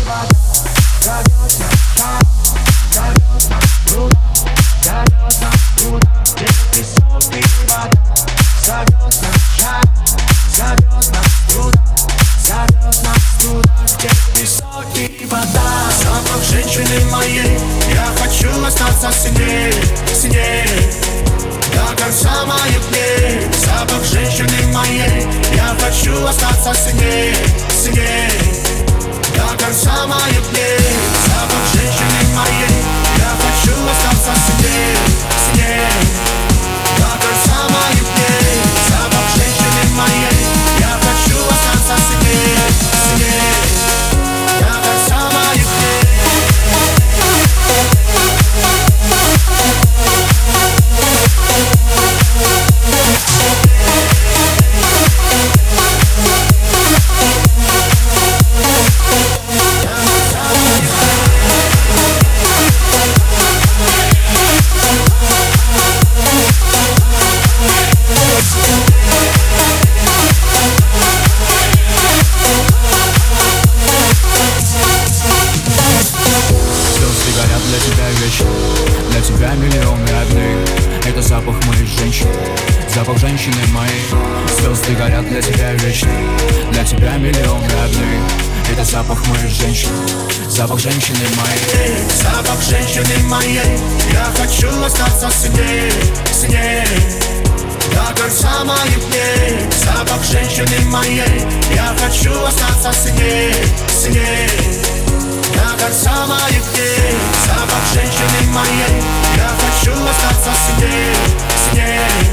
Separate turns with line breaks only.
Запах женщины моей, я хочу остаться с ней, до конца моих дней. Запах женщины моей, я хочу остаться с ней, до конца моих дней. Запах женщины моей, я хочу остаться с ней, до конца моих дней. Запах женщины моей, я хочу остаться с ней, до конца моих дней.
Для тебя вечно, для тебя миллионы родных. Это запах моей женщины, запах женщины моей. Звезды горят для тебя вечно, для тебя миллионы родных. Это запах моей женщины, запах женщины моей.
Запах женщины моей, я хочу остаться с ней, до конца моих дней. Запах женщины моей, я хочу остаться с ней, до конца моих дней. Запах женщины моей, я хочу остаться с ней,